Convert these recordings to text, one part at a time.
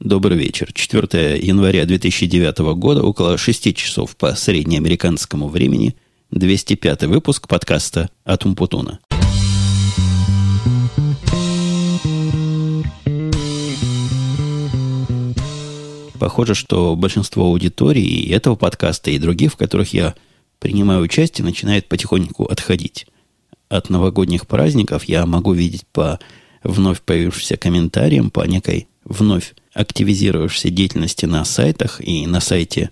Добрый вечер. 4 января 2009 года, около 6 часов по среднеамериканскому времени, 205 выпуск подкаста от Умпутуна. Похоже, что большинство аудитории и этого подкаста, и других, в которых я принимаю участие, начинает потихоньку отходить. От новогодних праздников я могу видеть по вновь появившимся комментариям, по некой вновь активизировавшейся деятельности на сайтах, и на сайте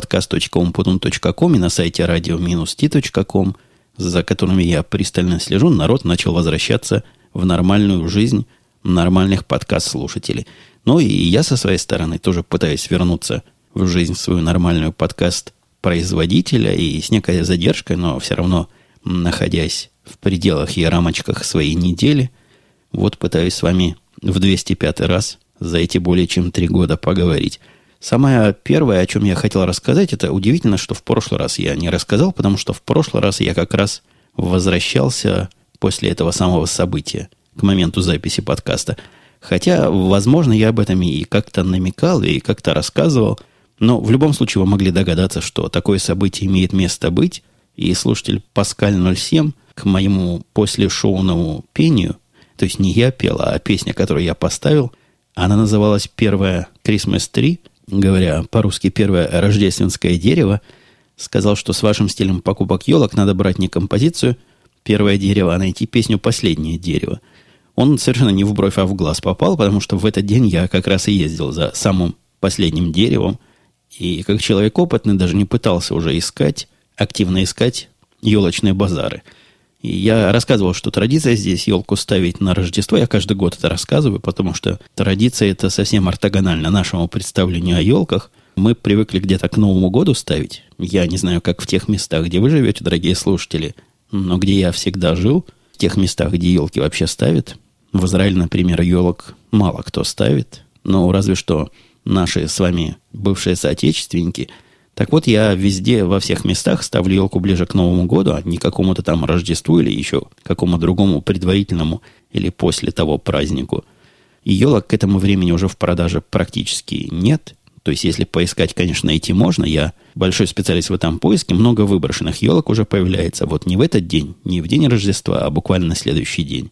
podcast.umputun.com, и на сайте radio-t.com, за которыми я пристально слежу, народ начал возвращаться в нормальную жизнь нормальных подкаст-слушателей. Ну и я со своей стороны тоже пытаюсь вернуться в жизнь свою нормальную подкаст-производителя, и с некой задержкой, но все равно находясь в пределах и рамочках своей недели, вот пытаюсь с вами в 205 раз за эти более чем 3 года поговорить. Самое первое, о чем я хотел рассказать, это удивительно, что в прошлый раз я не рассказал, потому что в прошлый раз я как раз возвращался после этого самого события к моменту записи подкаста. Хотя, возможно, я об этом и как-то намекал, и как-то рассказывал, но в любом случае вы могли догадаться, что такое событие имеет место быть, и слушатель Паскаль 07 к моему послешоуному пению, то есть не я пел, а песня, которую я поставил, она называлась «Первая Christmas Tree», говоря по-русски «Первое рождественское дерево», сказал, что с вашим стилем покупок елок надо брать не композицию «Первое дерево», а найти песню «Последнее дерево». Он совершенно не в бровь, а в глаз попал, потому что в этот день я как раз и ездил за самым последним деревом, и как человек опытный даже не пытался уже активно искать елочные базары. И я рассказывал, что традиция здесь елку ставить на Рождество. Я каждый год это рассказываю, потому что традиция это совсем ортогональна нашему представлению о елках. Мы привыкли где-то к Новому году ставить. Я не знаю, как в тех местах, где вы живете, дорогие слушатели, но где я всегда жил, в тех местах, где елки вообще ставят. В Израиле, например, елок мало кто ставит, но разве что наши с вами бывшие соотечественники. Так вот, я везде, во всех местах ставлю елку ближе к Новому году, а не к какому-то там Рождеству или еще какому-то другому предварительному или после того празднику. И елок к этому времени уже в продаже практически нет. То есть, если поискать, конечно, найти можно. Я большой специалист в этом поиске. Много выброшенных елок уже появляется. Вот не в этот день, не в день Рождества, а буквально на следующий день.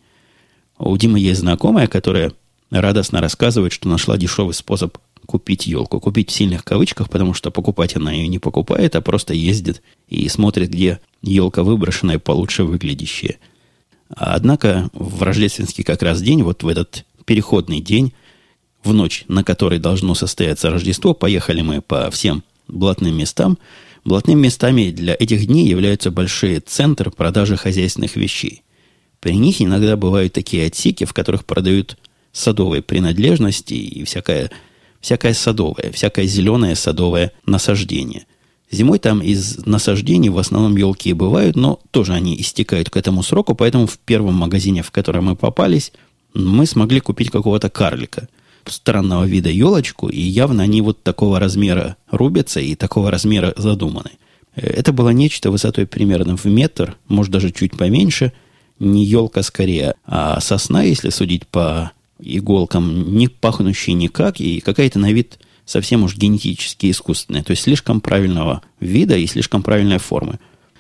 У Димы есть знакомая, которая радостно рассказывает, что нашла дешевый способ купить елку. Купить в сильных кавычках, потому что покупать она ее не покупает, а просто ездит и смотрит, где елка выброшенная получше выглядящая. Однако в рождественский как раз день, вот в этот переходный день, в ночь, на которой должно состояться Рождество, поехали мы по всем блатным местам. Блатными местами для этих дней являются большие центры продажи хозяйственных вещей. При них иногда бывают такие отсеки, в которых продают садовые принадлежности и всякое садовое, всякое зеленое садовое насаждение. Зимой там из насаждений в основном елки и бывают, но тоже они истекают к этому сроку, поэтому в первом магазине, в который мы попались, мы смогли купить какого-то карлика. Странного вида елочку, и явно они вот такого размера рубятся и такого размера задуманы. Это было нечто высотой примерно в метр, может даже чуть поменьше, не елка скорее, а сосна, если судить по иголкам, не пахнущие никак, и какая-то на вид совсем уж генетически искусственная, то есть слишком правильного вида и слишком правильной формы.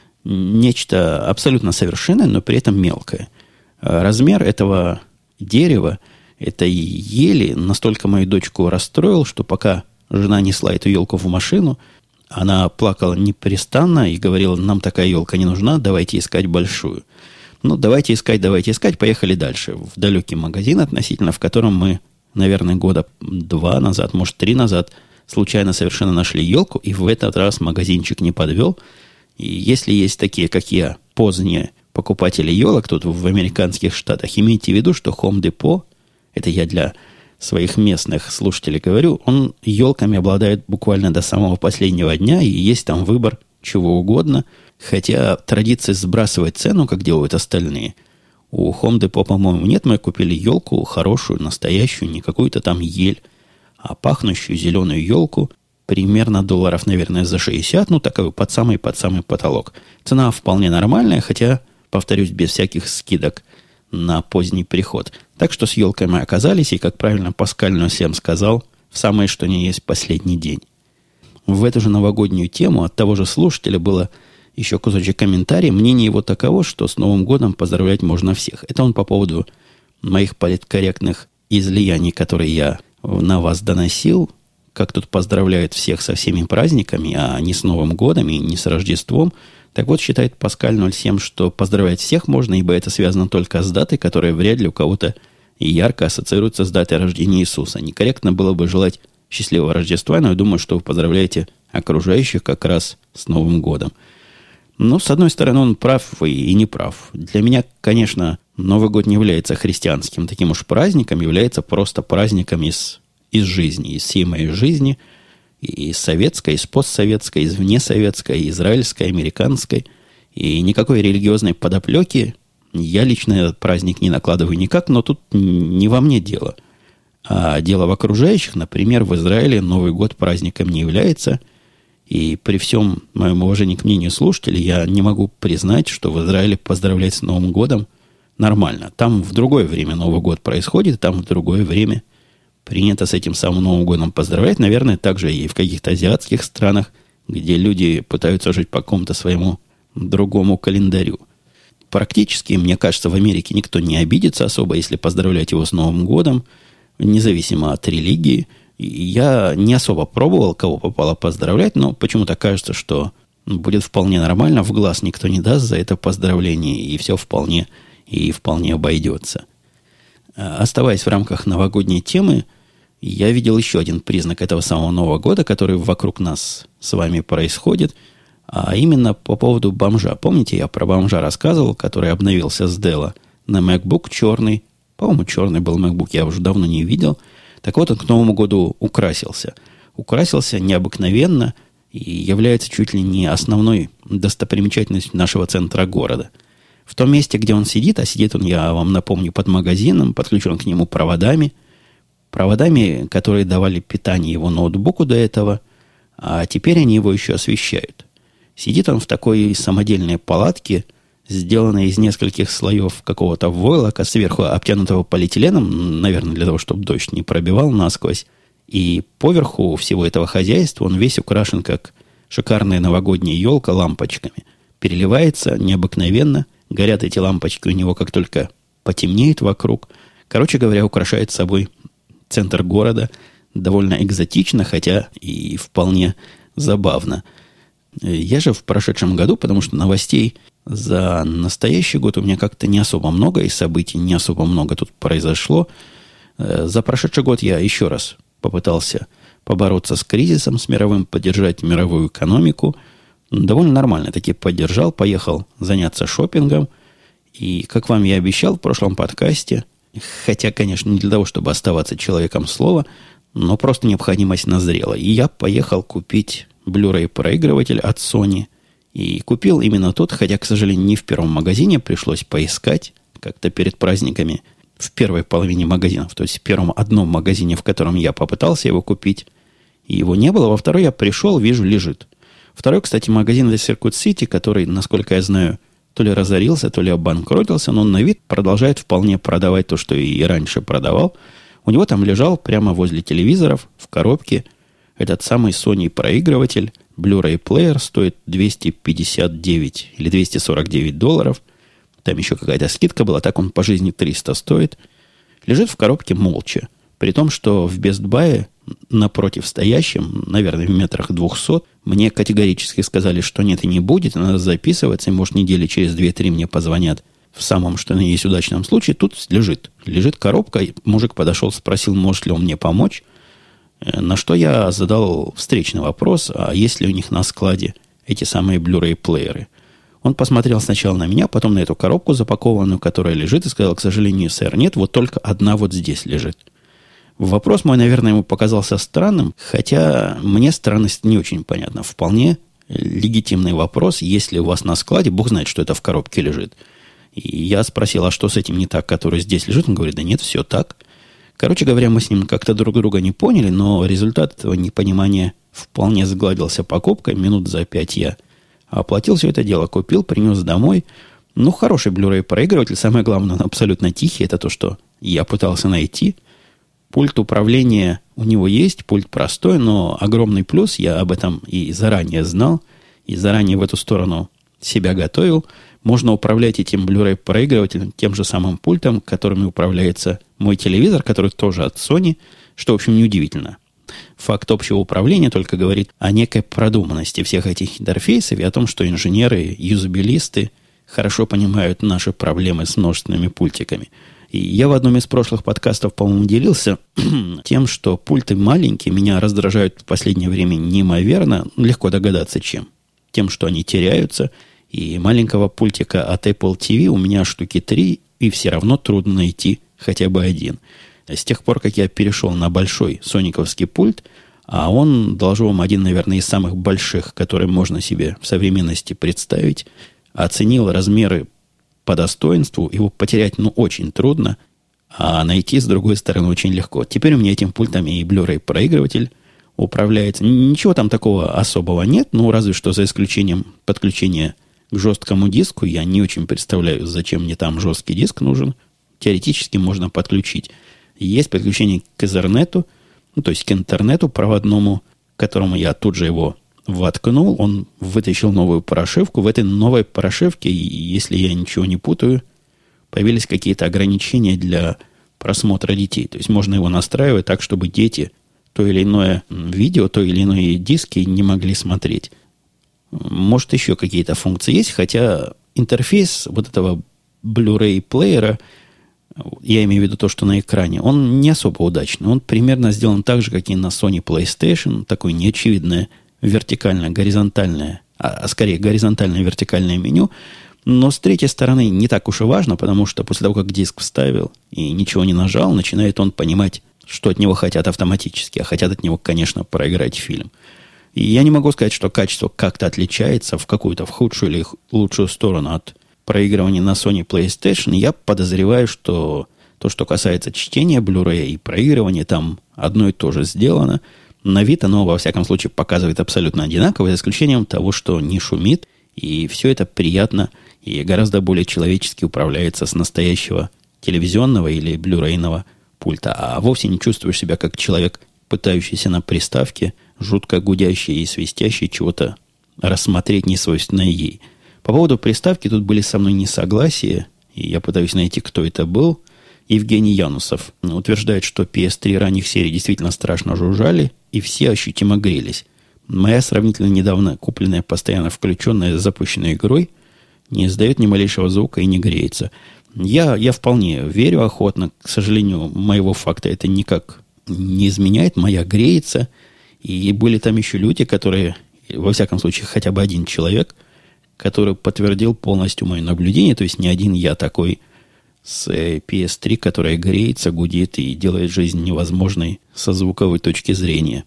Нечто абсолютно совершенное, но при этом мелкое. Размер этого дерева, этой ели, настолько мою дочку расстроил, что пока жена несла эту елку в машину, она плакала непрестанно и говорила: нам такая елка не нужна, давайте искать большую. Ну, давайте искать, поехали дальше. В далекий магазин относительно, в котором мы, наверное, года 2 назад, может, 3 назад, случайно совершенно нашли елку, и в этот раз магазинчик не подвел. И если есть такие, как я, поздние покупатели елок тут в американских штатах, имейте в виду, что Home Depot, это я для своих местных слушателей говорю, он елками обладает буквально до самого последнего дня, и есть там выбор чего угодно. Хотя традиция сбрасывать цену, как делают остальные, у Home Depot, по-моему, нет. Мы купили елку хорошую, настоящую, не какую-то там ель, а пахнущую зеленую елку, примерно $, наверное, за 60, ну, такой под самый потолок. Цена вполне нормальная, хотя, повторюсь, без всяких скидок на поздний приход. Так что с елкой мы оказались, и, как правильно Паскаль 07 сказал, в самое что ни есть последний день. В эту же новогоднюю тему от того же слушателя было еще кусочек комментария. Мнение его таково, что с Новым годом поздравлять можно всех. Это он по поводу моих политкорректных излияний, которые я на вас доносил, как тут поздравляют всех со всеми праздниками, а не с Новым годом и не с Рождеством. Так вот, считает Паскаль 07, что поздравлять всех можно, ибо это связано только с датой, которая вряд ли у кого-то ярко ассоциируется с датой рождения Иисуса. Некорректно было бы желать счастливого Рождества, но я думаю, что вы поздравляете окружающих как раз с Новым годом. Но, с одной стороны, он прав и не прав. Для меня, конечно, Новый год не является христианским таким уж праздником, является просто праздником из жизни, из всей моей жизни, и из советской, из постсоветской, из внесоветской, из израильской, американской. И никакой религиозной подоплеки я лично этот праздник не накладываю никак, но тут не во мне дело. А дело в окружающих. Например, в Израиле Новый год праздником не является. И при всем моем уважении к мнению слушателей, я не могу признать, что в Израиле поздравлять с Новым годом нормально. Там в другое время Новый год происходит, там в другое время принято с этим самым Новым годом поздравлять. Наверное, также и в каких-то азиатских странах, где люди пытаются жить по какому-то своему другому календарю. Практически, мне кажется, в Америке никто не обидится особо, если поздравлять его с Новым годом, независимо от религии. Я не особо пробовал, кого попало поздравлять, но почему-то кажется, что будет вполне нормально, в глаз никто не даст за это поздравление, и все вполне обойдется. Оставаясь в рамках новогодней темы, я видел еще один признак этого самого Нового года, который вокруг нас с вами происходит, а именно по поводу бомжа. Помните, я про бомжа рассказывал, который обновился с Dell на MacBook черный. По-моему, черный был MacBook, я уже давно не видел. Так вот, он к Новому году украсился. Украсился необыкновенно и является чуть ли не основной достопримечательностью нашего центра города. В том месте, где он сидит, а сидит он, я вам напомню, под магазином, подключен к нему проводами, которые давали питание его ноутбуку до этого, а теперь они его еще освещают. Сидит он в такой самодельной палатке, сделанной из нескольких слоев какого-то войлока, сверху обтянутого полиэтиленом, наверное, для того, чтобы дождь не пробивал насквозь. И поверху всего этого хозяйства он весь украшен, как шикарная новогодняя елка, лампочками. Переливается необыкновенно. Горят эти лампочки у него, как только потемнеет вокруг. Короче говоря, украшает собой центр города довольно экзотично, хотя и вполне забавно. Я же в прошедшем году, потому что новостей за настоящий год у меня как-то не особо много, и событий не особо много тут произошло. За прошедший год я еще раз попытался побороться с кризисом, с мировым, поддержать мировую экономику. Довольно нормально таки поддержал, поехал заняться шопингом. И, как вам я обещал в прошлом подкасте, хотя, конечно, не для того, чтобы оставаться человеком слова, но просто необходимость назрела. И я поехал купить Blu-ray проигрыватель от Sony. И купил именно тот, хотя, к сожалению, не в первом магазине, пришлось поискать как-то перед праздниками в первой половине магазинов, то есть в первом одном магазине, в котором я попытался его купить, и его не было. Во второй я пришел, вижу, лежит. Второй, кстати, магазин в Circuit City, который, насколько я знаю, то ли разорился, то ли обанкротился, но он на вид продолжает вполне продавать то, что и раньше продавал. У него там лежал прямо возле телевизоров в коробке этот самый Sony проигрыватель, Blu-ray плеер, стоит 259 или 249 долларов. Там еще какая-то скидка была, так он по жизни 300 стоит. Лежит в коробке молча. При том, что в Best Buy напротив стоящем, наверное, в метрах 200, мне категорически сказали, что нет и не будет, надо записываться, и, может, недели через 2-3 мне позвонят в самом, что есть удачном случае. Тут лежит. Лежит коробка, мужик подошел, спросил, может ли он мне помочь. На что я задал встречный вопрос, а есть ли у них на складе эти самые Blu-ray плееры. Он посмотрел сначала на меня, потом на эту коробку запакованную, которая лежит, и сказал, к сожалению, сэр, нет, вот только одна вот здесь лежит. Вопрос мой, наверное, ему показался странным, хотя мне странность не очень понятна. Вполне легитимный вопрос, есть ли у вас на складе, бог знает, что это в коробке лежит. И я спросил, а что с этим не так, который здесь лежит? Он говорит, да нет, все так. Короче говоря, мы с ним как-то друг друга не поняли, но результат этого непонимания вполне сгладился покупкой. Минут за 5 я оплатил все это дело, купил, принес домой. Ну, хороший Blu-ray проигрыватель. Самое главное, он абсолютно тихий. Это то, что я пытался найти. Пульт управления у него есть, пульт простой, но огромный плюс, я об этом и заранее знал, и заранее в эту сторону себя готовил. Можно управлять этим Blu-ray проигрывателем тем же самым пультом, которыми управляется мой телевизор, который тоже от Sony, что, в общем, неудивительно. Факт общего управления только говорит о некой продуманности всех этих интерфейсов и о том, что инженеры, юзабилисты хорошо понимают наши проблемы с множественными пультиками. И я в одном из прошлых подкастов, по-моему, делился тем, что пульты маленькие меня раздражают в последнее время неимоверно. Легко догадаться, чем. Тем, что они теряются. И маленького пультика от Apple TV у меня штуки 3, и все равно трудно найти хотя бы один. С тех пор, как я перешел на большой сониковский пульт, а он, доложу вам, один, наверное, из самых больших, которые можно себе в современности представить, оценил размеры по достоинству, его потерять, очень трудно, а найти, с другой стороны, очень легко. Теперь у меня этим пультом и Blu-ray проигрыватель управляется. Ничего там такого особого нет, разве что за исключением подключения к жесткому диску. Я не очень представляю, зачем мне там жесткий диск нужен. Теоретически можно подключить. Есть подключение к Ethernet, то есть к интернету проводному, к которому я тут же его воткнул. Он вытащил новую прошивку. В этой новой прошивке, если я ничего не путаю, появились какие-то ограничения для просмотра детей. То есть можно его настраивать так, чтобы дети то или иное видео, то или иные диски не могли смотреть. Может, еще какие-то функции есть, хотя интерфейс вот этого Blu-ray плеера, я имею в виду то, что на экране, он не особо удачный. Он примерно сделан так же, как и на Sony PlayStation, такое неочевидное вертикальное, горизонтальное, скорее горизонтальное вертикальное меню. Но с третьей стороны не так уж и важно, потому что после того, как диск вставил и ничего не нажал, начинает он понимать, что от него хотят автоматически, а хотят от него, конечно, проиграть фильм. И я не могу сказать, что качество как-то отличается в какую-то в худшую или лучшую сторону от проигрывания на Sony PlayStation. Я подозреваю, что то, что касается чтения Blu-ray и проигрывания, там одно и то же сделано. На вид оно, во всяком случае, показывает абсолютно одинаково, за исключением того, что не шумит, и все это приятно и гораздо более человечески управляется с настоящего телевизионного или блюрейного пульта, а вовсе не чувствуешь себя как человек, пытающийся на приставке, жутко гудящий и свистящий, чего-то рассмотреть несвойственное ей. По поводу приставки тут были со мной несогласия, и я пытаюсь найти, кто это был. Евгений Янусов утверждает, что PS3 ранних серий действительно страшно жужжали, и все ощутимо грелись. Моя сравнительно недавно купленная, постоянно включенная, запущенной игрой не издает ни малейшего звука и не греется. Я вполне верю охотно. К сожалению, моего факта это никак не изменяет. Моя греется. И были там еще люди, которые, во всяком случае, хотя бы один человек, который подтвердил полностью мое наблюдение. То есть не один я такой с PS3, которая греется, гудит и делает жизнь невозможной со звуковой точки зрения.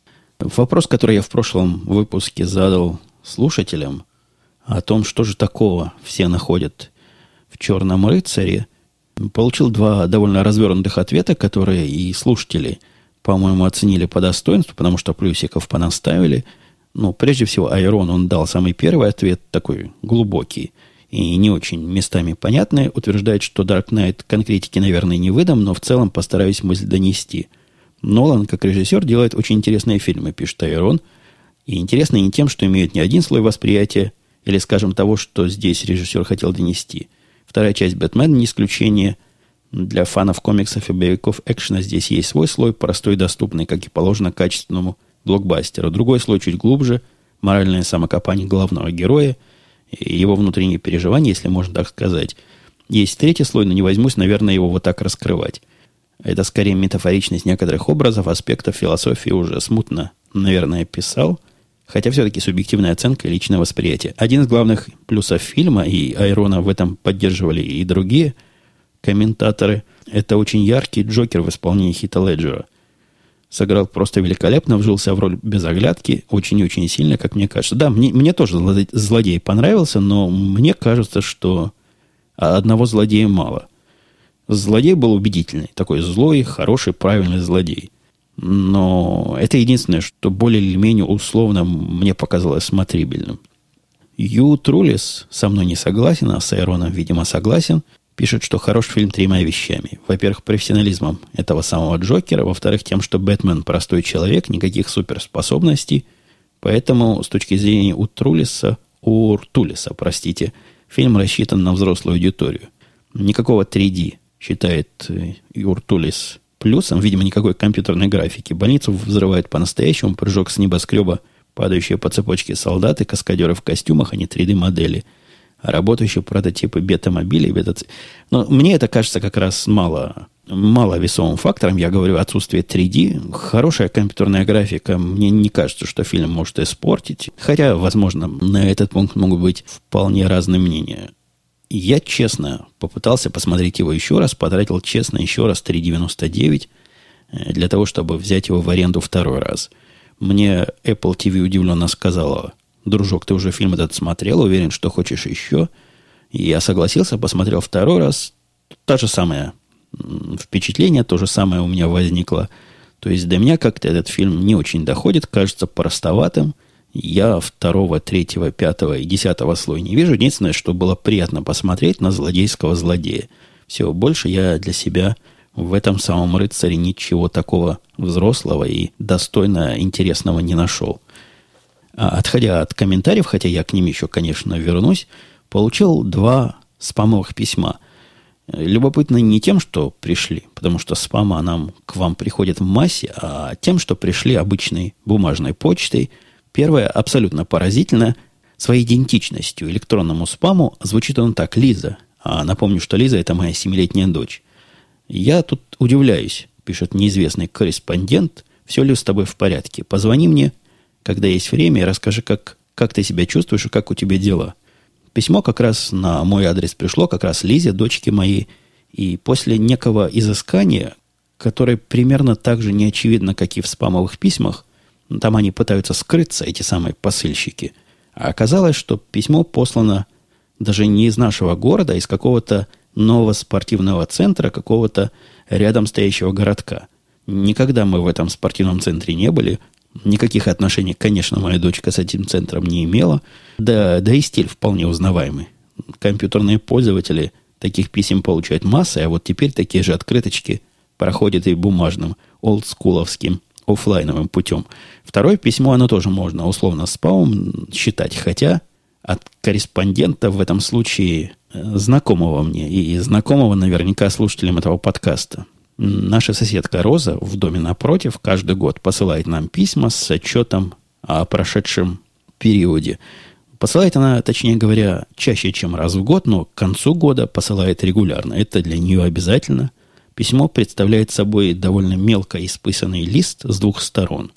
Вопрос, который я в прошлом выпуске задал слушателям, о том, что же такого все находят в «Черном рыцаре», получил два довольно развернутых ответа, которые и слушатели, по-моему, оценили по достоинству, потому что плюсиков понаставили. Прежде всего, Айрон, он дал самый первый ответ, такой глубокий и не очень местами понятный. Утверждает, что Dark Knight конкретики, наверное, не выдам, но в целом постараюсь мысль донести. Нолан, как режиссер, делает очень интересные фильмы, пишет Айрон. И интересные не тем, что имеют не один слой восприятия, или, скажем, того, что здесь режиссер хотел донести. Вторая часть «Бэтмен» не исключение. Для фанов комиксов и боевиков экшена здесь есть свой слой, простой и доступный, как и положено качественному блокбастеру. Другой слой чуть глубже, моральное самокопание главного героя, и его внутренние переживания, если можно так сказать. Есть третий слой, но не возьмусь, наверное, его вот так раскрывать. Это скорее метафоричность некоторых образов, аспектов философии уже смутно, наверное, писал. Хотя все-таки субъективная оценка и личное восприятие. Один из главных плюсов фильма, и Айрона в этом поддерживали и другие комментаторы, это очень яркий Джокер в исполнении Хита Леджера. Сыграл просто великолепно, вжился в роль без оглядки, очень-очень сильно, как мне кажется. Да, мне тоже злодей понравился, но мне кажется, что одного злодея мало. Злодей был убедительный, такой злой, хороший, правильный злодей. Но это единственное, что более или менее условно мне показалось смотрибельным. Ю Трулис со мной не согласен, а с Айроном, видимо, согласен. Пишет, что хороший фильм тремя вещами. Во-первых, профессионализмом этого самого Джокера. Во-вторых, тем, что Бэтмен простой человек, никаких суперспособностей. Поэтому, с точки зрения Уртулиса, фильм рассчитан на взрослую аудиторию. Никакого 3D, считает Уртулис плюсом. Видимо, никакой компьютерной графики. Больницу взрывают по-настоящему. Прыжок с небоскреба, падающие по цепочке солдаты, каскадеры в костюмах, а не 3D-модели. Работающие прототипы бета-мобилей. Но мне это кажется как раз мало весомым фактором. Я говорю, отсутствие 3D. Хорошая компьютерная графика. Мне не кажется, что фильм может испортить. Хотя, возможно, на этот пункт могут быть вполне разные мнения. Я честно попытался посмотреть его еще раз. Потратил честно еще раз $3.99 для того, чтобы взять его в аренду второй раз. Мне Apple TV удивленно сказала: дружок, ты уже фильм этот смотрел, уверен, что хочешь еще. И я согласился, посмотрел второй раз. Та же самое впечатление, то же самое у меня возникло. То есть до меня как-то этот фильм не очень доходит, кажется простоватым. Я второго, третьего, пятого и 10-го слоя не вижу. Единственное, что было приятно посмотреть на злодейского злодея. Всего больше я для себя в этом самом рыцаре ничего такого взрослого и достойно интересного не нашел. Отходя от комментариев, хотя я к ним еще, конечно, вернусь, получил 2 спамовых письма. Любопытно не тем, что пришли, потому что спама нам к вам приходит в массе, а тем, что пришли обычной бумажной почтой. Первое абсолютно поразительно. Своей идентичностью электронному спаму звучит он так: Лиза. А напомню, что Лиза – это моя 7-летняя дочь. Я тут удивляюсь, пишет неизвестный корреспондент, все ли с тобой в порядке. Позвони мне, когда есть время, и расскажи, как ты себя чувствуешь и как у тебя дела. Письмо как раз на мой адрес пришло, как раз Лизе, дочке моей. И после некого изыскания, которое примерно так же неочевидно, как и в спамовых письмах, там они пытаются скрыться, эти самые посыльщики. А оказалось, что письмо послано даже не из нашего города, а из какого-то нового спортивного центра, какого-то рядом стоящего городка. Никогда мы в этом спортивном центре не были. Никаких отношений, конечно, моя дочка с этим центром не имела. Да и стиль вполне узнаваемый. Компьютерные пользователи таких писем получают массой, а вот теперь такие же открыточки проходят и бумажным, олдскуловским, офлайновым путем. Второе письмо, оно тоже можно условно спамом считать, хотя от корреспондента в этом случае знакомого мне и знакомого наверняка слушателям этого подкаста. Наша соседка Роза в доме напротив каждый год посылает нам письма с отчетом о прошедшем периоде. Посылает она, точнее говоря, чаще, чем раз в год, но к концу года посылает регулярно. Это для нее обязательно. Письмо представляет собой довольно мелко исписанный лист с 2 сторон,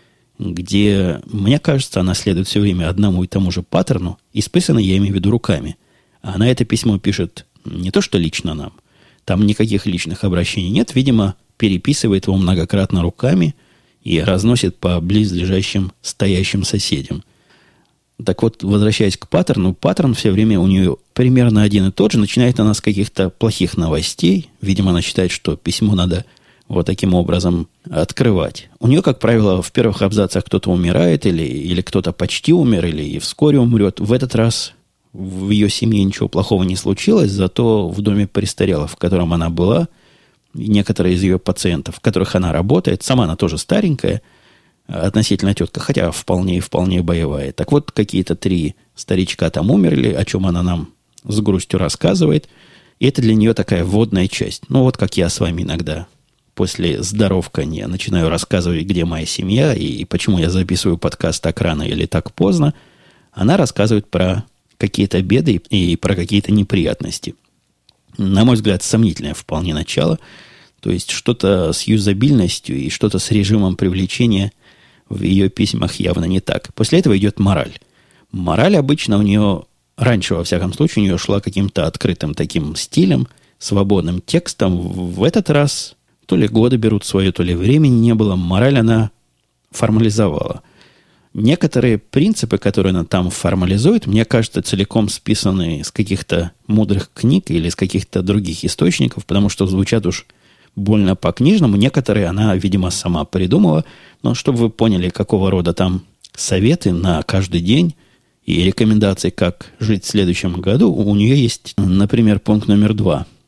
где, мне кажется, она следует все время одному и тому же паттерну, исписано, я имею в виду, руками. А она это письмо пишет не то, что лично нам. Там никаких личных обращений нет. Видимо, переписывает его многократно руками и разносит по близлежащим стоящим соседям. Так вот, возвращаясь к паттерну, паттерн все время у нее примерно один и тот же. Начинает она с каких-то плохих новостей. Видимо, она считает, что письмо надо вот таким образом открывать. У нее, как правило, в первых абзацах кто-то умирает, или кто-то почти умер, или вскоре умрет. В этот раз в ее семье ничего плохого не случилось, зато в доме престарелых, в котором она была, некоторые из ее пациентов, в которых она работает, сама она тоже старенькая, относительно тетка, хотя вполне боевая. Так вот, какие-то 3 старичка там умерли, о чем она нам с грустью рассказывает. И это для нее такая вводная часть. Ну, вот как я с вами иногда после здоровкания начинаю рассказывать, где моя семья и почему я записываю подкаст так рано или так поздно. Она рассказывает про какие-то беды и про какие-то неприятности. На мой взгляд, сомнительное вполне начало. То есть, что-то с юзабильностью и что-то с режимом привлечения в ее письмах явно не так. После этого идет мораль. Мораль обычно у нее, раньше, во всяком случае, у нее шла каким-то открытым таким стилем, свободным текстом. В этот раз то ли годы берут свое, то ли времени не было. Мораль она формализовала. Некоторые принципы, которые она там формализует, мне кажется, целиком списаны с каких-то мудрых книг или с каких-то других источников, потому что звучат уж больно по-книжному. Некоторые она, видимо, сама придумала. Но чтобы вы поняли, какого рода там советы на каждый день и рекомендации, как жить в следующем году, у нее есть, например, пункт номер 2.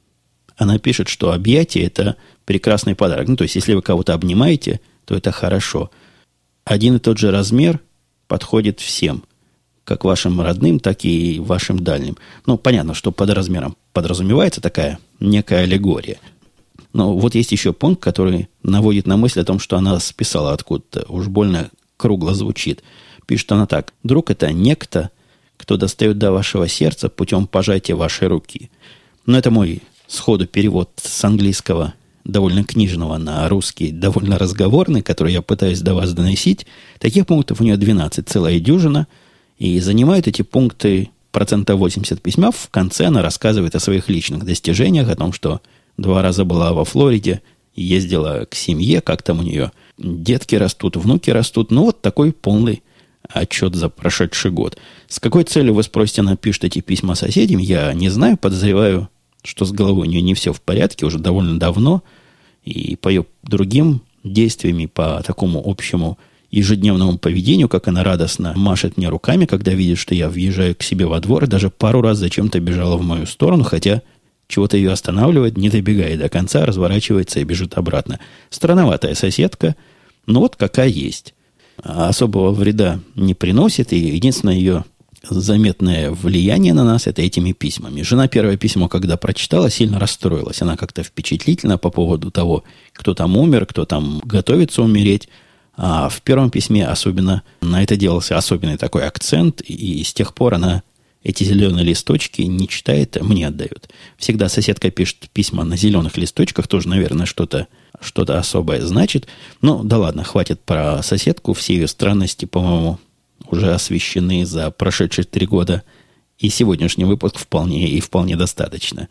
она пишет, что объятие – это прекрасный подарок. Ну, то есть, если вы кого-то обнимаете, то это хорошо. Один и тот же размер подходит всем, как вашим родным, так и вашим дальним. Ну, понятно, что под размером подразумевается такая некая аллегория. Но вот есть еще пункт, который наводит на мысль о том, что она списала откуда-то. Уж больно кругло звучит. Пишет она так. «Друг – это некто, кто достает до вашего сердца путем пожатия вашей руки». Но это мой сходу перевод с английского довольно книжного на русский, довольно разговорный, который я пытаюсь до вас доносить. Таких пунктов у нее 12, целая дюжина. И занимают эти пункты 80% письма. В конце она рассказывает о своих личных достижениях, о том, что 2 раза была во Флориде, ездила к семье, как там у нее детки растут, внуки растут. Ну, вот такой полный отчет за прошедший год. С какой целью, вы спросите, она пишет эти письма соседям, я не знаю, подозреваю, что с головой у нее не все в порядке уже довольно давно, и по ее другим действиям, и по такому общему ежедневному поведению, как она радостно машет мне руками, когда видит, что я въезжаю к себе во двор, и даже пару раз зачем-то бежала в мою сторону, хотя чего-то ее останавливает, не добегая до конца, разворачивается и бежит обратно. Странноватая соседка, но вот какая есть. Особого вреда не приносит, и единственное ее заметное влияние на нас – это этими письмами. Жена первое письмо, когда прочитала, сильно расстроилась. Она как-то впечатлительна по поводу того, кто там умер, кто там готовится умереть. А в первом письме особенно на это делался особенный такой акцент, и с тех пор она эти зеленые листочки не читает, а мне отдает. Всегда соседка пишет письма на зеленых листочках, тоже, наверное, что-то особое значит. Ну, да ладно, хватит про соседку. Все ее странности, по-моему, уже освещены за прошедшие 3 года. И сегодняшний выпуск вполне достаточно.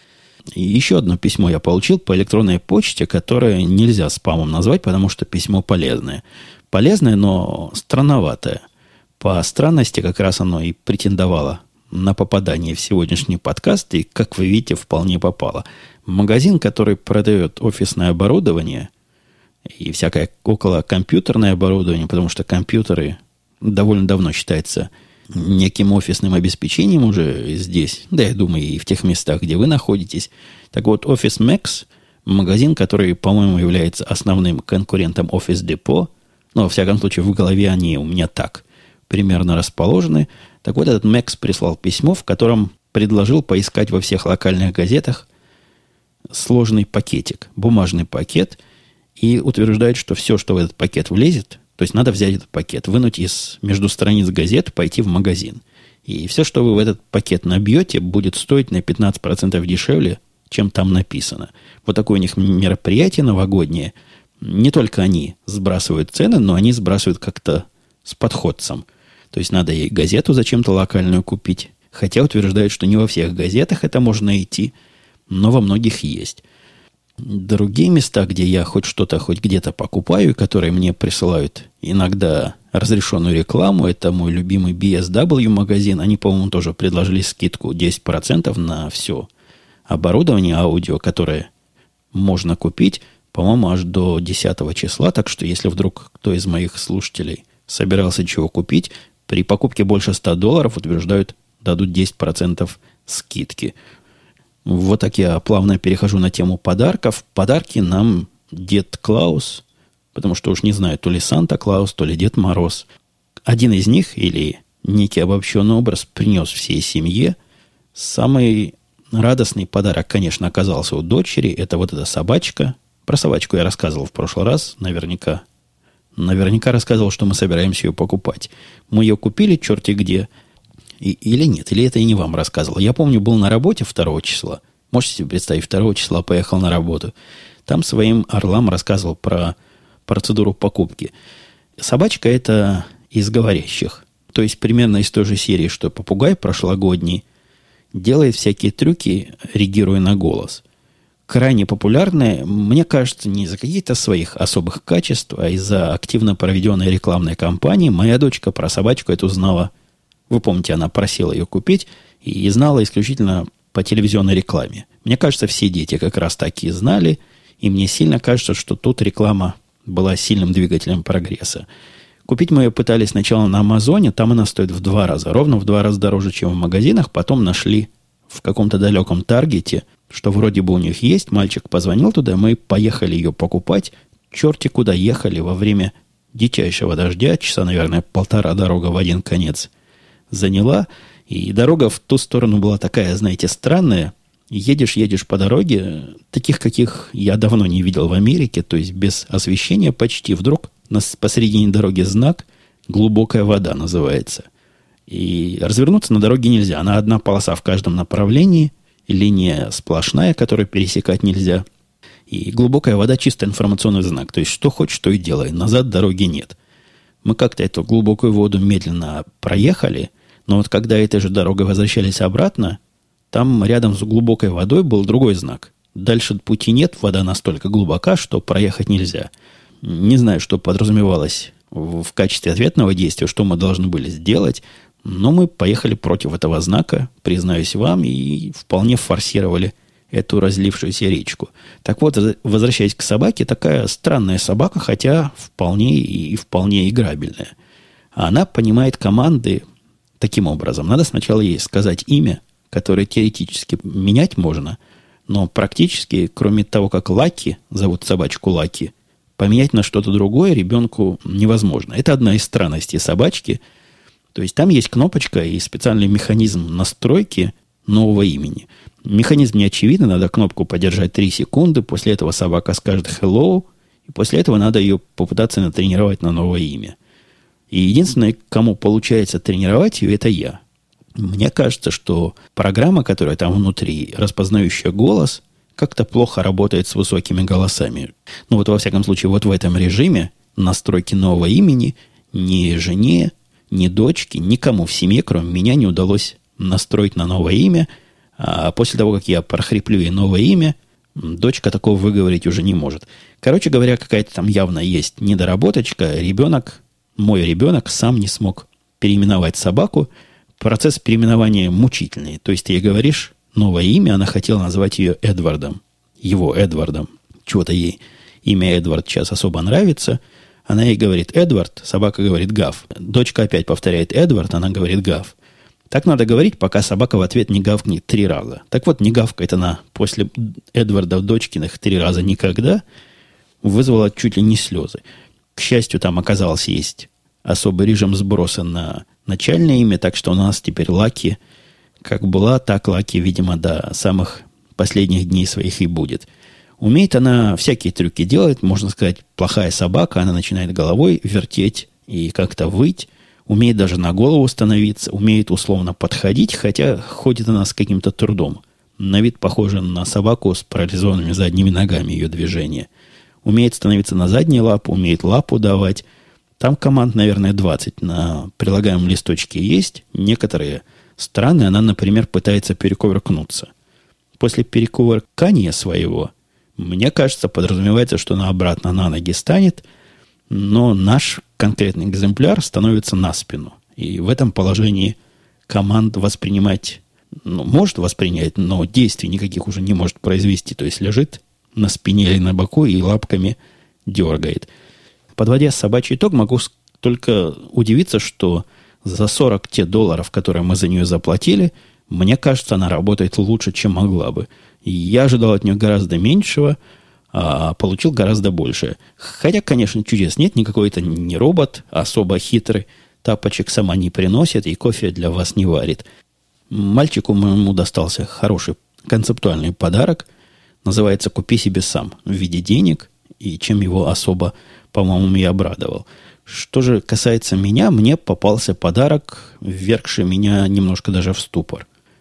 И еще одно письмо я получил по электронной почте, которое нельзя спамом назвать, потому что письмо полезное. Полезное, но странноватое. По странности как раз оно и претендовало на попадание в сегодняшний подкаст, и, как вы видите, вполне попало. Магазин, который продает офисное оборудование и всякое околокомпьютерное оборудование, потому что компьютеры довольно давно считаются неким офисным обеспечением уже здесь, да, я думаю, и в тех местах, где вы находитесь. Так вот, Office Max – магазин, который, по-моему, является основным конкурентом Office Depot, но, во всяком случае, в голове они у меня так примерно расположены. Так вот, этот Max прислал письмо, в котором предложил поискать во всех локальных газетах сложный пакетик, бумажный пакет, и утверждает, что все, что в этот пакет влезет, то есть надо взять этот пакет, вынуть между страниц газет, пойти в магазин. И все, что вы в этот пакет набьете, будет стоить на 15% дешевле, чем там написано. Вот такое у них мероприятие новогоднее. Не только они сбрасывают цены, но они сбрасывают как-то с подходцем. То есть надо и газету зачем-то локальную купить. Хотя утверждают, что не во всех газетах это можно найти, но во многих есть. Другие места, где я хоть что-то, хоть где-то покупаю, которые мне присылают иногда разрешенную рекламу, это мой любимый BSW магазин. Они, по-моему, тоже предложили скидку 10% на все оборудование аудио, которое можно купить, по-моему, аж до 10 числа. Так что, если вдруг кто из моих слушателей собирался чего купить, при покупке больше $100, утверждают, дадут 10% скидки. Вот так я плавно перехожу на тему подарков. Подарки нам Дед Клаус, потому что уж не знаю, то ли Санта-Клаус, то ли Дед Мороз. Один из них, или некий обобщенный образ, принес всей семье. Самый радостный подарок, конечно, оказался у дочери. Это вот эта собачка. Про собачку я рассказывал в прошлый раз, наверняка. Наверняка рассказывал, что мы собираемся ее покупать. Мы ее купили черти где. Или нет, или это я не вам рассказывал. Я помню, был на работе 2 числа. Можете себе представить, 2 числа поехал на работу. Там своим орлам рассказывал про процедуру покупки. Собачка это из говорящих. То есть примерно из той же серии, что попугай прошлогодний делает всякие трюки, реагируя на голос. Крайне популярная, мне кажется, не из-за каких-то своих особых качеств, а из-за активно проведенной рекламной кампании. Моя дочка про собачку эту знала. Вы помните, она просила ее купить и знала исключительно по телевизионной рекламе. Мне кажется, все дети как раз так и знали, и мне сильно кажется, что тут реклама была сильным двигателем прогресса. Купить мы ее пытались сначала на Амазоне, там она стоит ровно в 2 раза дороже, чем в магазинах. Потом нашли в каком-то далеком Таргете что вроде бы у них есть. Мальчик позвонил туда, мы поехали ее покупать. Черти куда ехали во время дичайшего дождя. Часа, наверное, 1,5 дорога в один конец заняла. И дорога в ту сторону была такая, знаете, странная. Едешь по дороге, таких, каких я давно не видел в Америке, то есть без освещения почти. Вдруг посередине дороги знак «Глубокая вода» называется. И развернуться на дороге нельзя. Она одна полоса в каждом направлении, линия сплошная, которую пересекать нельзя. И глубокая вода — чисто информационный знак. То есть, что хочешь, то и делай. Назад дороги нет. Мы как-то эту глубокую воду медленно проехали, но вот когда этой же дорогой возвращались обратно, там рядом с глубокой водой был другой знак. Дальше пути нет, вода настолько глубока, что проехать нельзя. Не знаю, что подразумевалось в качестве ответного действия, что мы должны были сделать, но мы поехали против этого знака, признаюсь вам, и вполне форсировали эту разлившуюся речку. Так вот, возвращаясь к собаке, такая странная собака, хотя вполне играбельная. Она понимает команды таким образом. Надо сначала ей сказать имя, которое теоретически менять можно, но практически, кроме того, как Лаки, зовут собачку Лаки, поменять на что-то другое ребенку невозможно. Это одна из странностей собачки. То есть там есть кнопочка и специальный механизм настройки нового имени. Механизм не очевидный, надо кнопку подержать 3 секунды, после этого собака скажет «hello», и после этого надо ее попытаться натренировать на новое имя. И единственное, кому получается тренировать ее, это я. Мне кажется, что программа, которая там внутри, распознающая голос, как-то плохо работает с высокими голосами. Ну вот, во всяком случае, вот в этом режиме настройки нового имени ни жене, ни дочке, никому в семье, кроме меня, не удалось настроить на новое имя. А после того, как я прохриплю ей новое имя, дочка такого выговорить уже не может. Короче говоря, какая-то там явно есть недоработочка. Мой ребенок сам не смог переименовать собаку. Процесс переименования мучительный. То есть, ты ей говоришь новое имя, она хотела назвать ее Эдвардом. Его Эдвардом. Чего-то ей имя Эдвард сейчас особо нравится. Она ей говорит Эдвард, собака говорит Гав. Дочка опять повторяет Эдвард, она говорит Гав. Так надо говорить, пока собака в ответ не гавкнет 3 раза. Так вот, не гавкает она после Эдварда дочкиных 3 раза никогда. Вызвала чуть ли не слезы. К счастью, там оказалось есть особый режим сброса на начальное имя, так что у нас теперь Лаки, как была, так Лаки, видимо, до самых последних дней своих и будет. Умеет она всякие трюки делать, можно сказать, плохая собака, она начинает головой вертеть и как-то выть, умеет даже на голову становиться, умеет условно подходить, хотя ходит она с каким-то трудом. На вид похожа на собаку с парализованными задними ногами ее движения. Умеет становиться на задние лапы, умеет лапу давать. Там команд, наверное, 20 на прилагаемом листочке есть. Некоторые странные. Она, например, пытается перекувыркнуться. После перекувыркания своего, мне кажется, подразумевается, что она обратно на ноги станет, но наш конкретный экземпляр становится на спину. И в этом положении команд воспринимать, может воспринять, но действий никаких уже не может произвести. То есть лежит на спине или на боку и лапками дергает. Подводя собачий итог, могу только удивиться, что за $40, которые мы за нее заплатили, мне кажется, она работает лучше, чем могла бы. Я ожидал от нее гораздо меньшего, а получил гораздо больше. Хотя, конечно, чудес нет, никакой это не робот, особо хитрый, тапочек сама не приносит и кофе для вас не варит. Мальчику моему достался хороший концептуальный подарок, называется «Купи себе сам» в виде денег, и чем его особо, по-моему, и обрадовал. Что же касается меня, мне попался подарок, ввергший меня немножко даже в ступор.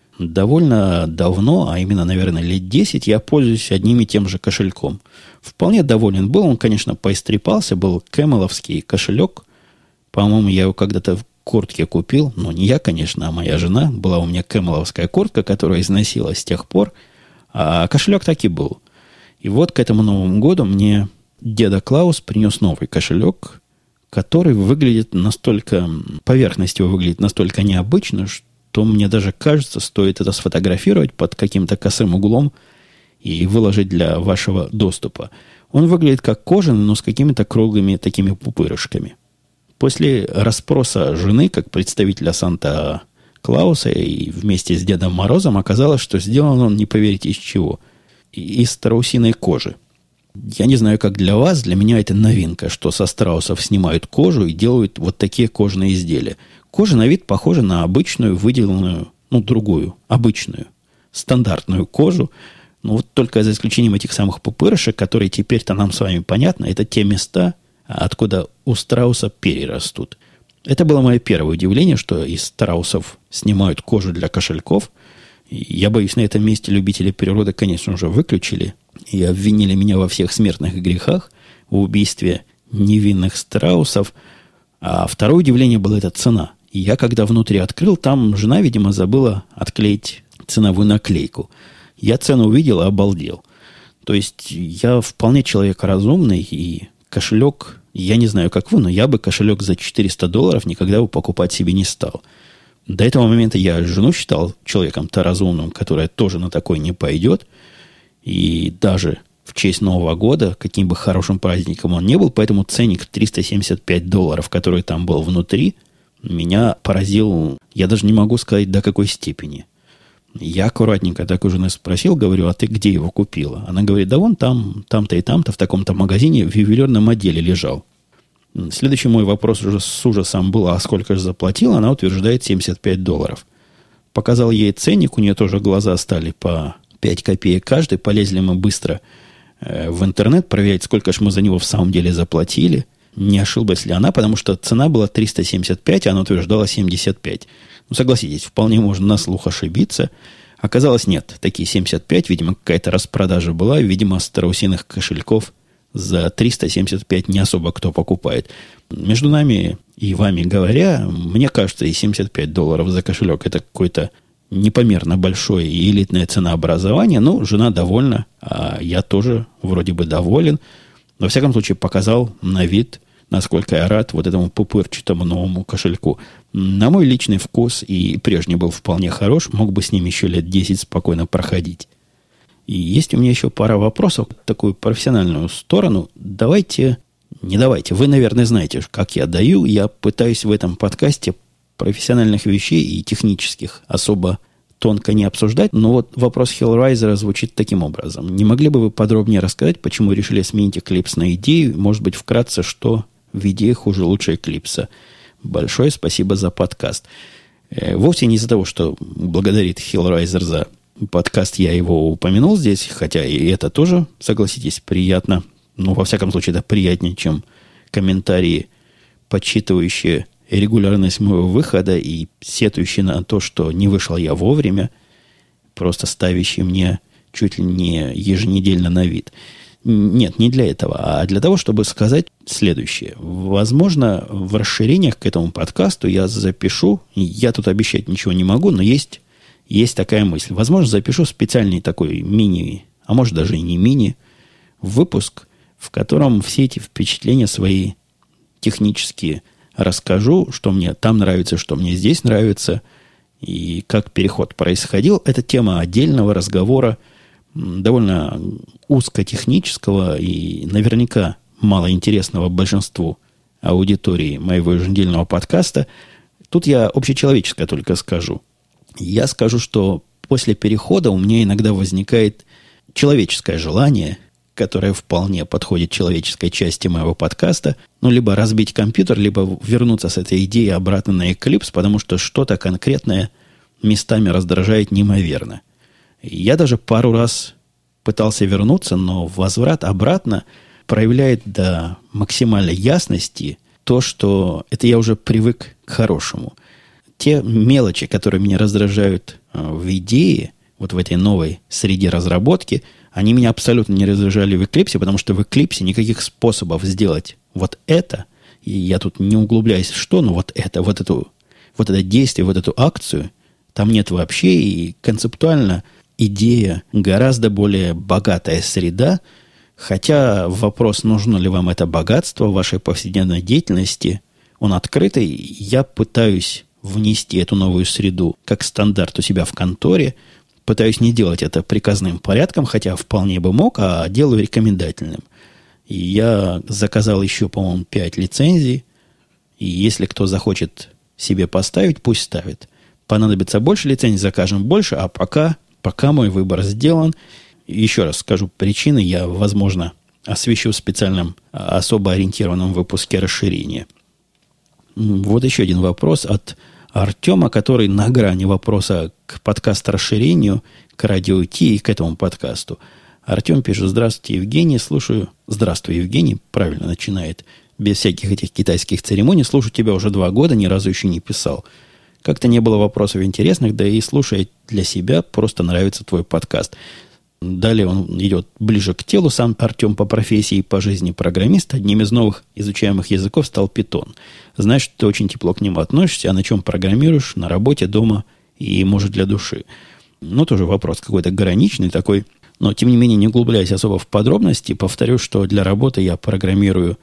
Довольно давно, а именно, наверное, лет 10, я пользуюсь одним и тем же кошельком. Вполне доволен был, он, конечно, поистрепался, был кэмеловский кошелек. По-моему, я его когда-то в куртке купил, но не я, конечно, а моя жена. Была у меня кэмеловская куртка, которая износилась с тех пор, а кошелек так и был. И вот к этому Новому году мне Деда Клаус принес новый кошелек, который выглядит настолько, поверхность его выглядит настолько необычно, что мне даже кажется, стоит это сфотографировать под каким-то косым углом и выложить для вашего доступа. Он выглядит как кожаный, но с какими-то круглыми такими пупырышками. После расспроса жены, как представителя Санта-Клауса и вместе с Дедом Морозом оказалось, что сделан он, не поверите, из чего. Из страусиной кожи. Я не знаю, как для вас, для меня это новинка, что со страусов снимают кожу и делают вот такие кожаные изделия. Кожа на вид похожа на обычную, выделанную, другую, обычную, стандартную кожу. Вот только за исключением этих самых пупырышек, которые теперь-то нам с вами понятно, это те места, откуда у страуса перья растут. Это было мое первое удивление, что из страусов снимают кожу для кошельков. И я боюсь, на этом месте любители природы, конечно, уже выключили и обвинили меня во всех смертных грехах, в убийстве невинных страусов. А второе удивление было эта цена. И я, когда внутри открыл, там жена, видимо, забыла отклеить ценовую наклейку. Я цену увидел и обалдел. То есть я вполне человек разумный, и кошелек, я не знаю, как вы, но я бы кошелек за $400 никогда бы покупать себе не стал. До этого момента я жену считал человеком-то разумным, которая тоже на такой не пойдет. И даже в честь Нового года, каким бы хорошим праздником он не был, поэтому ценник $375, который там был внутри, меня поразил, я даже не могу сказать, до какой степени. Я аккуратненько так у жены спросил, говорю, а ты где его купила? Она говорит, да вон там, там-то и там-то, в таком-то магазине в ювелирном отделе лежал. Следующий мой вопрос уже с ужасом был, а сколько же заплатила? Она утверждает $75. Показал ей ценник, у нее тоже глаза стали по 5 копеек каждый. Полезли мы быстро в интернет проверять, сколько же мы за него в самом деле заплатили. Не ошиблась ли она, потому что цена была 375, а она утверждала 75. Согласитесь, вполне можно на слух ошибиться. Оказалось, нет, такие 75, видимо, какая-то распродажа была, видимо, страусиных кошельков за 375 не особо кто покупает. Между нами и вами говоря, мне кажется, и $75 за кошелек это какое-то непомерно большое и элитное ценообразование. Ну, жена довольна, а я тоже вроде бы доволен. Во всяком случае, показал на вид, насколько я рад вот этому пупырчатому новому кошельку. На мой личный вкус и прежний был вполне хорош, мог бы с ним еще лет 10 спокойно проходить. И есть у меня еще пара вопросов, такую профессиональную сторону. Давайте, вы, наверное, знаете, как я даю. Я пытаюсь в этом подкасте профессиональных вещей и технических особо тонко не обсуждать. Но вот вопрос Hellraiser звучит таким образом. Не могли бы вы подробнее рассказать, почему решили сменить Eclipse на идею? Может быть, вкратце, что в идее хуже лучше Eclipse? Большое спасибо за подкаст. Вовсе не из-за того, что благодарит Hellraiser за подкаст, я его упомянул здесь, хотя и это тоже, согласитесь, приятно. Ну, во всяком случае, это приятнее, чем комментарии, подсчитывающие регулярность моего выхода и сетующие на то, что не вышел я вовремя, просто ставящие мне чуть ли не еженедельно на вид. Нет, не для этого, а для того, чтобы сказать следующее. Возможно, в расширениях к этому подкасту я запишу, я тут обещать ничего не могу, но есть такая мысль. Возможно, запишу специальный такой мини, а может даже и не мини, выпуск, в котором все эти впечатления свои технические расскажу, что мне там нравится, что мне здесь нравится, и как переход происходил. Это тема отдельного разговора, довольно узкотехнического и наверняка малоинтересного большинству аудитории моего еженедельного подкаста. Тут я общечеловеческое только скажу. Я скажу, что после перехода у меня иногда возникает человеческое желание, которое вполне подходит человеческой части моего подкаста, либо разбить компьютер, либо вернуться с этой идеей обратно на Eclipse, потому что что-то конкретное местами раздражает неимоверно. Я даже пару раз пытался вернуться, но возврат обратно проявляет до максимальной ясности то, что это я уже привык к хорошему. Те мелочи, которые меня раздражают в идее, вот в этой новой среде разработки, они меня абсолютно не раздражали в Eclipse, потому что в Eclipse никаких способов сделать вот это, и я тут не углубляюсь в что, но вот это действие, вот эту акцию, там нет вообще, и концептуально идея гораздо более богатая среда, хотя вопрос, нужно ли вам это богатство в вашей повседневной деятельности, он открытый. Я пытаюсь внести эту новую среду как стандарт у себя в конторе, пытаюсь не делать это приказным порядком, хотя вполне бы мог, а делаю рекомендательным. И я заказал еще, по-моему, 5 лицензий, и если кто захочет себе поставить, пусть ставит. понадобится больше лицензий, закажем больше, а пока мой выбор сделан. Еще раз скажу причины, я, возможно, освещу в специальном особо ориентированном выпуске расширения. Вот еще один вопрос от Артема, который на грани вопроса к подкаст-расширению, к радио Ти и к этому подкасту. Артем пишет: здравствуйте, Евгений, слушаю. Здравствуй, Евгений, правильно начинает, без всяких этих китайских церемоний. Слушаю тебя уже 2 года, ни разу еще не писал. Как-то не было вопросов интересных, да и слушая для себя, просто нравится твой подкаст. Далее он идет ближе к телу. Сам Артем по профессии и по жизни программист. Одним из новых изучаемых языков стал Python. Знаешь, что ты очень тепло к нему относишься, а на чем программируешь? На работе, дома и, может, для души. Ну, тоже вопрос какой-то граничный такой. Но, тем не менее, не углубляясь особо в подробности, повторю, что для работы я программирую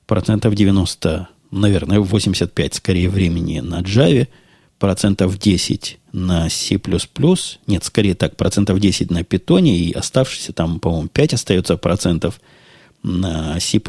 90%, наверное, 85% скорее времени на Java, 10% на C++, нет, скорее так, 10% на Python, и оставшиеся там, по-моему, 5 остается процентов на C++.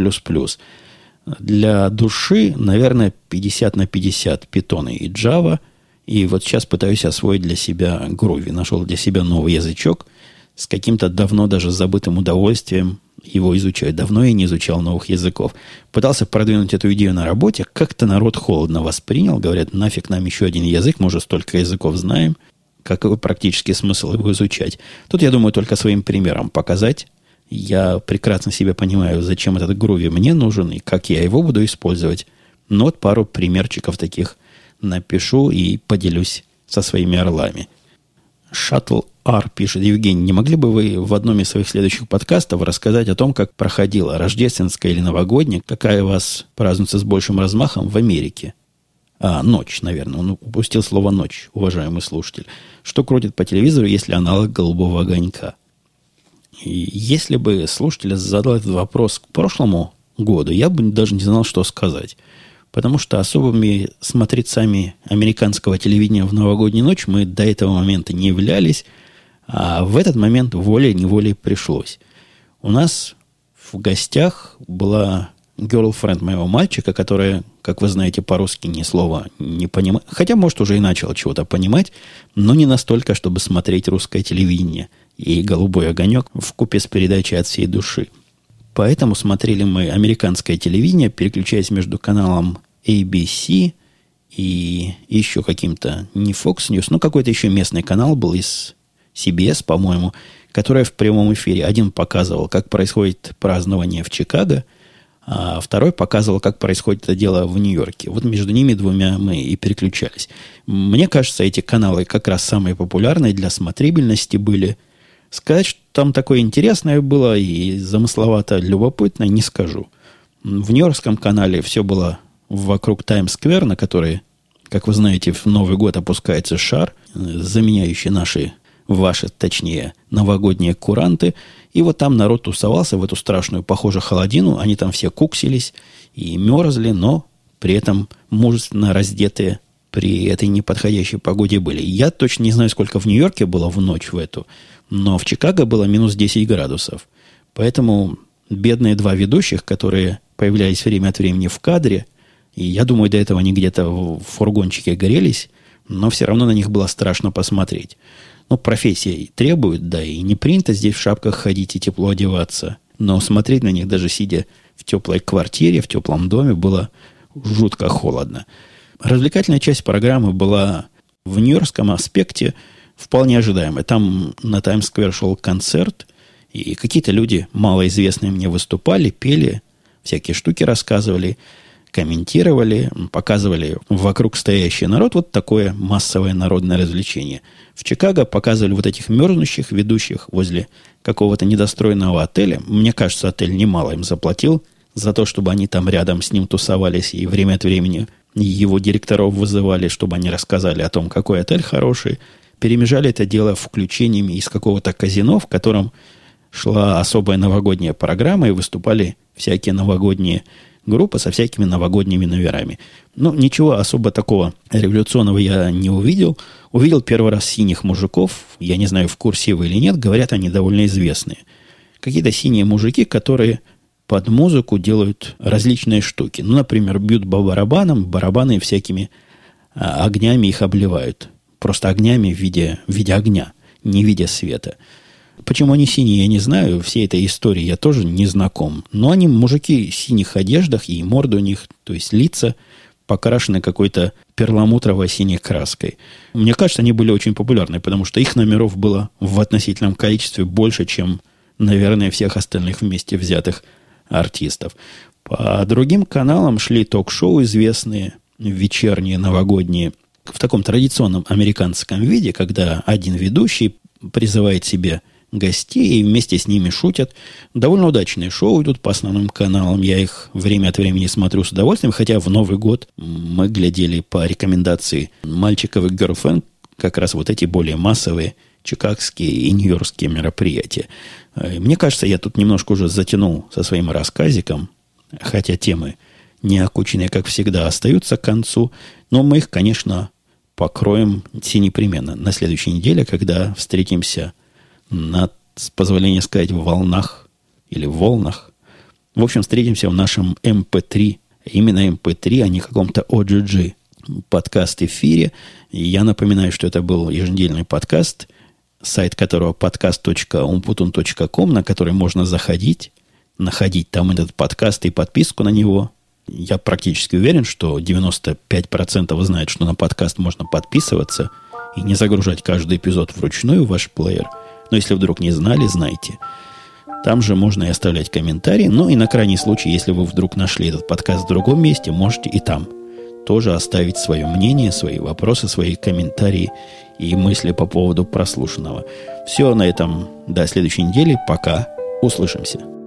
Для души, наверное, 50 на 50 Python и Java, и вот сейчас пытаюсь освоить для себя Groovy. Нашел для себя новый язычок с каким-то давно даже забытым удовольствием его изучать. Давно я не изучал новых языков. Пытался продвинуть эту идею на работе. Как-то народ холодно воспринял. Говорят, нафиг нам еще один язык. Мы уже столько языков знаем. Какой практически смысл его изучать? Тут, я думаю, только своим примером показать. Я прекрасно себе понимаю, зачем этот Groovy мне нужен и как я его буду использовать. Но вот пару примерчиков таких напишу и поделюсь со своими орлами. Shuttle R пишет: Евгений, не могли бы вы в одном из своих следующих подкастов рассказать о том, как проходила рождественская или новогодняя, какая у вас празднуется с большим размахом в Америке? Ночь, наверное. Он упустил слово «ночь», уважаемый слушатель. Что крутит по телевизору, если аналог «Голубого огонька»? И если бы слушатель задал этот вопрос к прошлому году, я бы даже не знал, что сказать. Потому что особыми смотрецами американского телевидения в новогоднюю ночь мы до этого момента не являлись, а в этот момент волей-неволей пришлось. У нас в гостях была girlfriend моего мальчика, которая, как вы знаете, по-русски ни слова не понимает. Хотя, может, уже и начала чего-то понимать, но не настолько, чтобы смотреть русское телевидение и «Голубой огонек» вкупе с передачей «От всей души». Поэтому смотрели мы американское телевидение, переключаясь между каналом ABC и еще каким-то, не Fox News, но какой-то еще местный канал был из CBS, по-моему, который в прямом эфире один показывал, как происходит празднование в Чикаго, а второй показывал, как происходит это дело в Нью-Йорке. Вот между ними двумя мы и переключались. Мне кажется, эти каналы как раз самые популярные для смотрибельности были. Сказать, что там такое интересное было и замысловато любопытно, не скажу. В Нью-Йоркском канале все было вокруг Таймс-сквер, на который, как вы знаете, в Новый год опускается шар, заменяющий ваши, точнее, новогодние куранты. И вот там народ тусовался в эту страшную, похоже, холодину. Они там все куксились и мерзли, но при этом мужественно раздетые при этой неподходящей погоде были. Я точно не знаю, сколько в Нью-Йорке было в ночь в эту, но в Чикаго было минус 10 градусов. Поэтому бедные 2 ведущих, которые появлялись время от времени в кадре, и я думаю, до этого они где-то в фургончике горелись, но все равно на них было страшно посмотреть. Ну, профессия требует, да, и не принято здесь в шапках ходить и тепло одеваться. Но смотреть на них, даже сидя в теплой квартире, в теплом доме, было жутко холодно. Развлекательная часть программы была в нью-йоркском аспекте вполне ожидаемая. Там на Таймс-сквер шел концерт, и какие-то люди, малоизвестные мне, выступали, пели, всякие штуки рассказывали, комментировали, показывали вокруг стоящий народ. Вот такое массовое народное развлечение. В Чикаго показывали вот этих мерзнущих ведущих возле какого-то недостроенного отеля. Мне кажется, отель немало им заплатил за то, чтобы они там рядом с ним тусовались и время от времени его директоров вызывали, чтобы они рассказали о том, какой отель хороший. Перемежали это дело включениями из какого-то казино, в котором шла особая новогодняя программа, и выступали всякие новогодние группы со всякими новогодними номерами. Ну, ничего особо такого революционного я не увидел. Увидел первый раз синих мужиков. Я не знаю, в курсе вы или нет. Говорят, они довольно известные. Какие-то синие мужики, которые под музыку делают различные штуки. Ну, например, бьют по барабанам, барабаны всякими огнями их обливают. просто огнями в виде огня, не в виде света. Почему они синие, я не знаю. Всей этой истории я тоже не знаком. Но они мужики в синих одеждах, и морды у них, то есть лица, покрашены какой-то перламутровой синей краской. Мне кажется, они были очень популярны, потому что их номеров было в относительном количестве больше, чем, наверное, всех остальных вместе взятых артистов. По другим каналам шли ток-шоу известные, вечерние, новогодние, в таком традиционном американском виде, когда один ведущий призывает себе гостей и вместе с ними шутят. Довольно удачные шоу идут по основным каналам. Я их время от времени смотрю с удовольствием, хотя в Новый год мы глядели по рекомендации мальчиков и girlfriend как раз вот эти более массовые чикагские и нью-йоркские мероприятия. Мне кажется, я тут немножко уже затянул со своим рассказиком, хотя темы не окученные, как всегда, остаются к концу, но мы их, конечно, покроем все непременно на следующей неделе, когда встретимся с позволения сказать, в волнах или в волнах. В общем, встретимся в нашем MP3, именно MP3, а не каком-то OGG подкаст-эфире. И я напоминаю, что это был еженедельный подкаст, сайт которого podcast.umputun.com, на который можно заходить, находить там этот подкаст и подписку на него. Я практически уверен, что 95% знают, что на подкаст можно подписываться и не загружать каждый эпизод вручную в ваш плеер. Но если вдруг не знали, знайте. Там же можно и оставлять комментарии. Ну и на крайний случай, если вы вдруг нашли этот подкаст в другом месте, можете и там тоже оставить свое мнение, свои вопросы, свои комментарии и мысли по поводу прослушанного. Все на этом. До следующей недели. Пока. Услышимся.